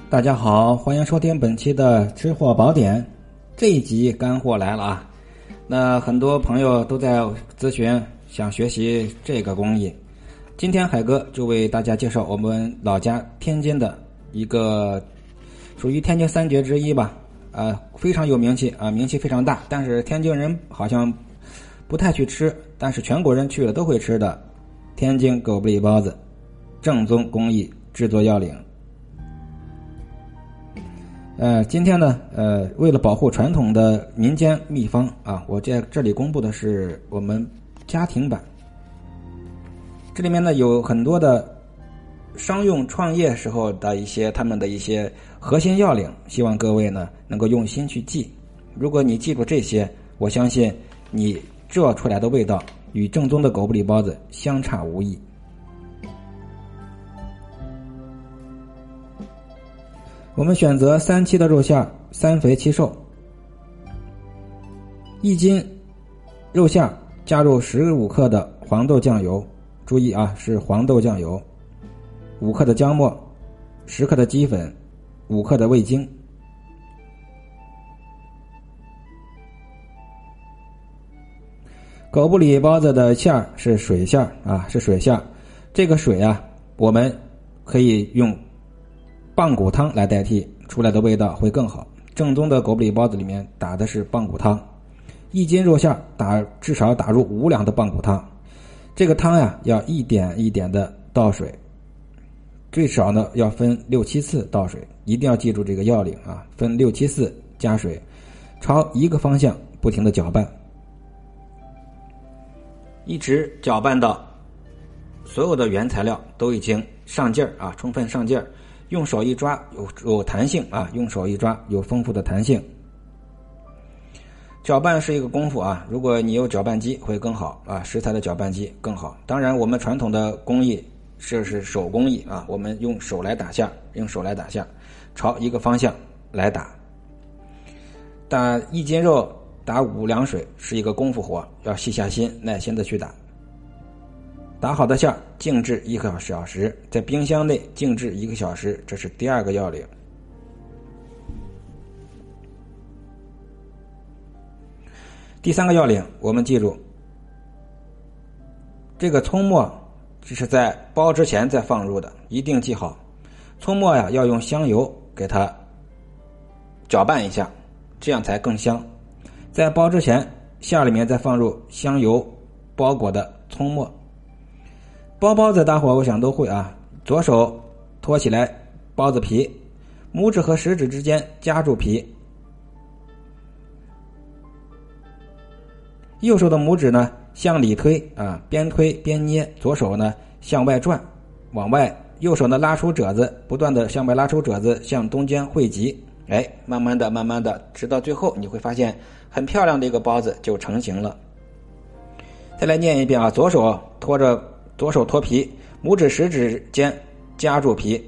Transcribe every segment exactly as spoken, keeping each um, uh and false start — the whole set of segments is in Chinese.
大家好，欢迎收听本期的吃货宝典。这一集干货来了啊！那很多朋友都在咨询，想学习这个工艺。今天海哥就为大家介绍我们老家天津的一个属于天津三绝之一吧，啊，非常有名气啊，名气非常大。但是天津人好像不太去吃，但是全国人去了都会吃的天津狗不理包子，正宗工艺制作要领。呃，今天呢，呃，为了保护传统的民间秘方啊，我在这里公布的是我们家庭版。这里面呢有很多的商用创业时候的一些他们的一些核心要领，希望各位呢能够用心去记。如果你记住这些，我相信你做出来的味道与正宗的狗不理包子相差无异。我们选择三七的肉馅，三肥七瘦。一斤肉馅加入十五克的黄豆酱油，注意啊，是黄豆酱油，五克的姜末，十克的鸡粉，五克的味精。狗不理包子的馅是水馅啊，是水馅。这个水啊，我们可以用棒骨汤来代替，出来的味道会更好。正宗的狗不理包子里面打的是棒骨汤，一斤肉馅打至少打入五两的棒骨汤。这个汤呀，要一点一点的倒水，最少呢要分六七次倒水，一定要记住这个要领啊，分六七次加水，朝一个方向不停的搅拌，一直搅拌到所有的原材料都已经上劲儿啊，充分上劲儿。用手一抓有有弹性啊，用手一抓有丰富的弹性。搅拌是一个功夫啊，如果你有搅拌机会更好啊，食材的搅拌机更好。当然我们传统的工艺是是手工艺啊，我们用手来打馅，用手来打馅，朝一个方向来打。打一斤肉打五两水是一个功夫活，要细下心耐心的去打。打好的馅静置一个小时，在冰箱内静置一个小时，这是第二个要领。第三个要领，我们记住，这个葱末这是在包之前再放入的，一定记好。葱末呀，要用香油给它搅拌一下，这样才更香。在包之前，馅里面再放入香油包裹的葱末。包包子大伙我想都会啊，左手托起来包子皮，拇指和食指之间夹住皮，右手的拇指呢向里推啊，边推边捏，左手呢向外转，往外，右手呢拉出褶子，不断的向外拉出褶子，向中间汇集，哎，慢慢的慢慢的，直到最后你会发现很漂亮的一个包子就成型了。再来念一遍啊，左手托着左手托皮，拇指食指间夹住皮，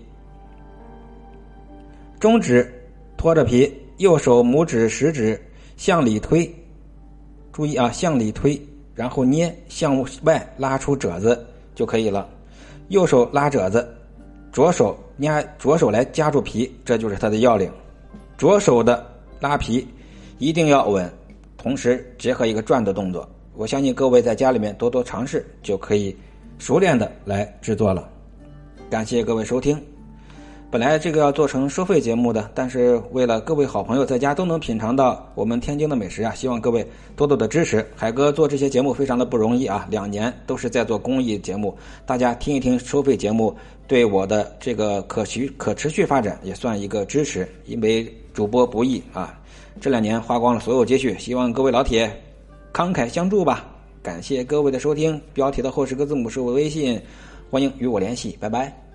中指托着皮，右手拇指食指向里推，注意啊，向里推，然后捏，向外拉出褶子就可以了。右手拉褶子，左手捏，左手来夹住皮，这就是它的要领。左手的拉皮一定要稳，同时结合一个转的动作。我相信各位在家里面多多尝试，就可以熟练的来制作了。感谢各位收听。本来这个要做成收费节目的，但是为了各位好朋友在家都能品尝到我们天津的美食啊，希望各位多多的支持。海哥做这些节目非常的不容易啊，两年都是在做公益节目，大家听一听收费节目，对我的这个可持可持续发展也算一个支持，因为主播不易啊，这两年花光了所有积蓄，希望各位老铁慷慨相助吧。感谢各位的收听，标题的后十个字母是我微信，欢迎与我联系，拜拜。